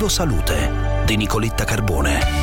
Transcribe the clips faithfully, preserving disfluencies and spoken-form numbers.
Obiettivo Salute di Nicoletta Carbone.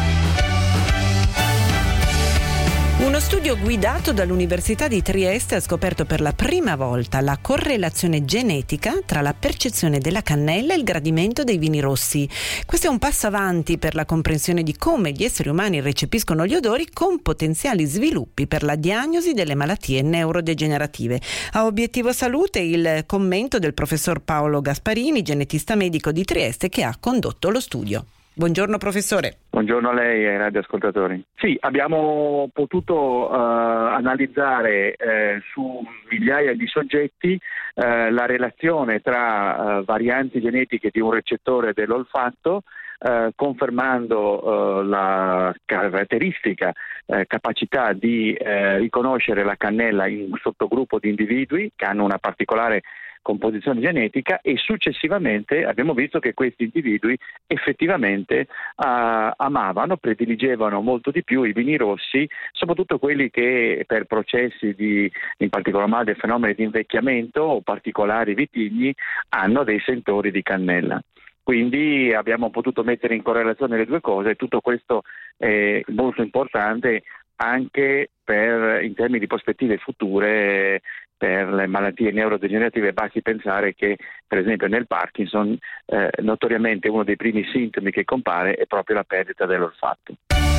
Uno studio guidato dall'Università di Trieste ha scoperto per la prima volta la correlazione genetica tra la percezione della cannella e il gradimento dei vini rossi. Questo è un passo avanti per la comprensione di come gli esseri umani recepiscono gli odori, con potenziali sviluppi per la diagnosi delle malattie neurodegenerative. A Obiettivo Salute il commento del professor Paolo Gasparini, genetista medico di Trieste, che ha condotto lo studio. Buongiorno professore. Buongiorno a lei e ai radioascoltatori. Sì, abbiamo potuto uh, analizzare uh, su migliaia di soggetti uh, la relazione tra uh, varianti genetiche di un recettore dell'olfatto, Uh, confermando uh, la caratteristica uh, capacità di uh, riconoscere la cannella in un sottogruppo di individui che hanno una particolare composizione genetica, e successivamente abbiamo visto che questi individui effettivamente uh, amavano, prediligevano molto di più i vini rossi, soprattutto quelli che per processi di, in particolar modo dei fenomeni di invecchiamento o particolari vitigni, hanno dei sentori di cannella. Quindi abbiamo potuto mettere in correlazione le due cose, e tutto questo è molto importante anche per, in termini di prospettive future per le malattie neurodegenerative. Basti pensare che per esempio nel Parkinson eh, notoriamente uno dei primi sintomi che compare è proprio la perdita dell'olfatto.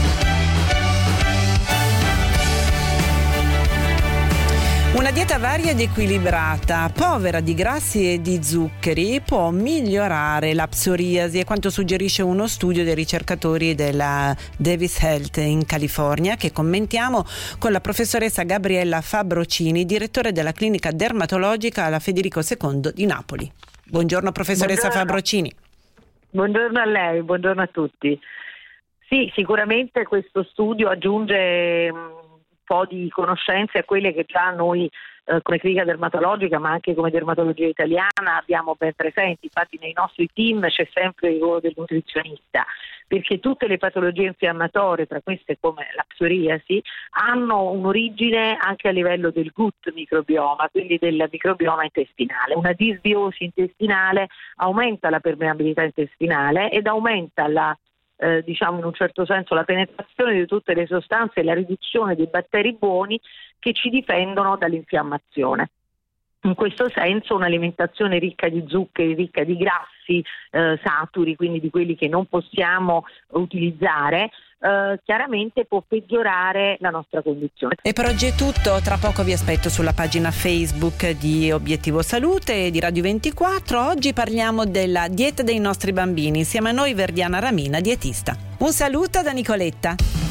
Una dieta varia ed equilibrata, povera di grassi e di zuccheri, può migliorare la psoriasi, è quanto suggerisce uno studio dei ricercatori della Davis Health in California, che commentiamo con la professoressa Gabriella Fabrocini, direttore della clinica dermatologica alla Federico secondo di Napoli. Buongiorno professoressa buongiorno. Fabrocini. Buongiorno a lei, buongiorno a tutti. Sì, sicuramente questo studio aggiunge po' di conoscenze a quelle che già noi eh, come clinica dermatologica, ma anche come dermatologia italiana, abbiamo ben presenti. Infatti nei nostri team c'è sempre il ruolo del nutrizionista, perché tutte le patologie infiammatorie, tra queste come la psoriasi, hanno un'origine anche a livello del gut microbioma, quindi del microbioma intestinale. Una disbiosi intestinale aumenta la permeabilità intestinale ed aumenta la Eh, diciamo in un certo senso la penetrazione di tutte le sostanze e la riduzione dei batteri buoni che ci difendono dall'infiammazione. In questo senso un'alimentazione ricca di zuccheri, ricca di grassi eh, saturi, quindi di quelli che non possiamo utilizzare, eh, chiaramente può peggiorare la nostra condizione. E per oggi è tutto, tra poco vi aspetto sulla pagina Facebook di Obiettivo Salute e di Radio ventiquattro. Oggi parliamo della dieta dei nostri bambini, insieme a noi Verdiana Ramina, dietista. Un saluto da Nicoletta.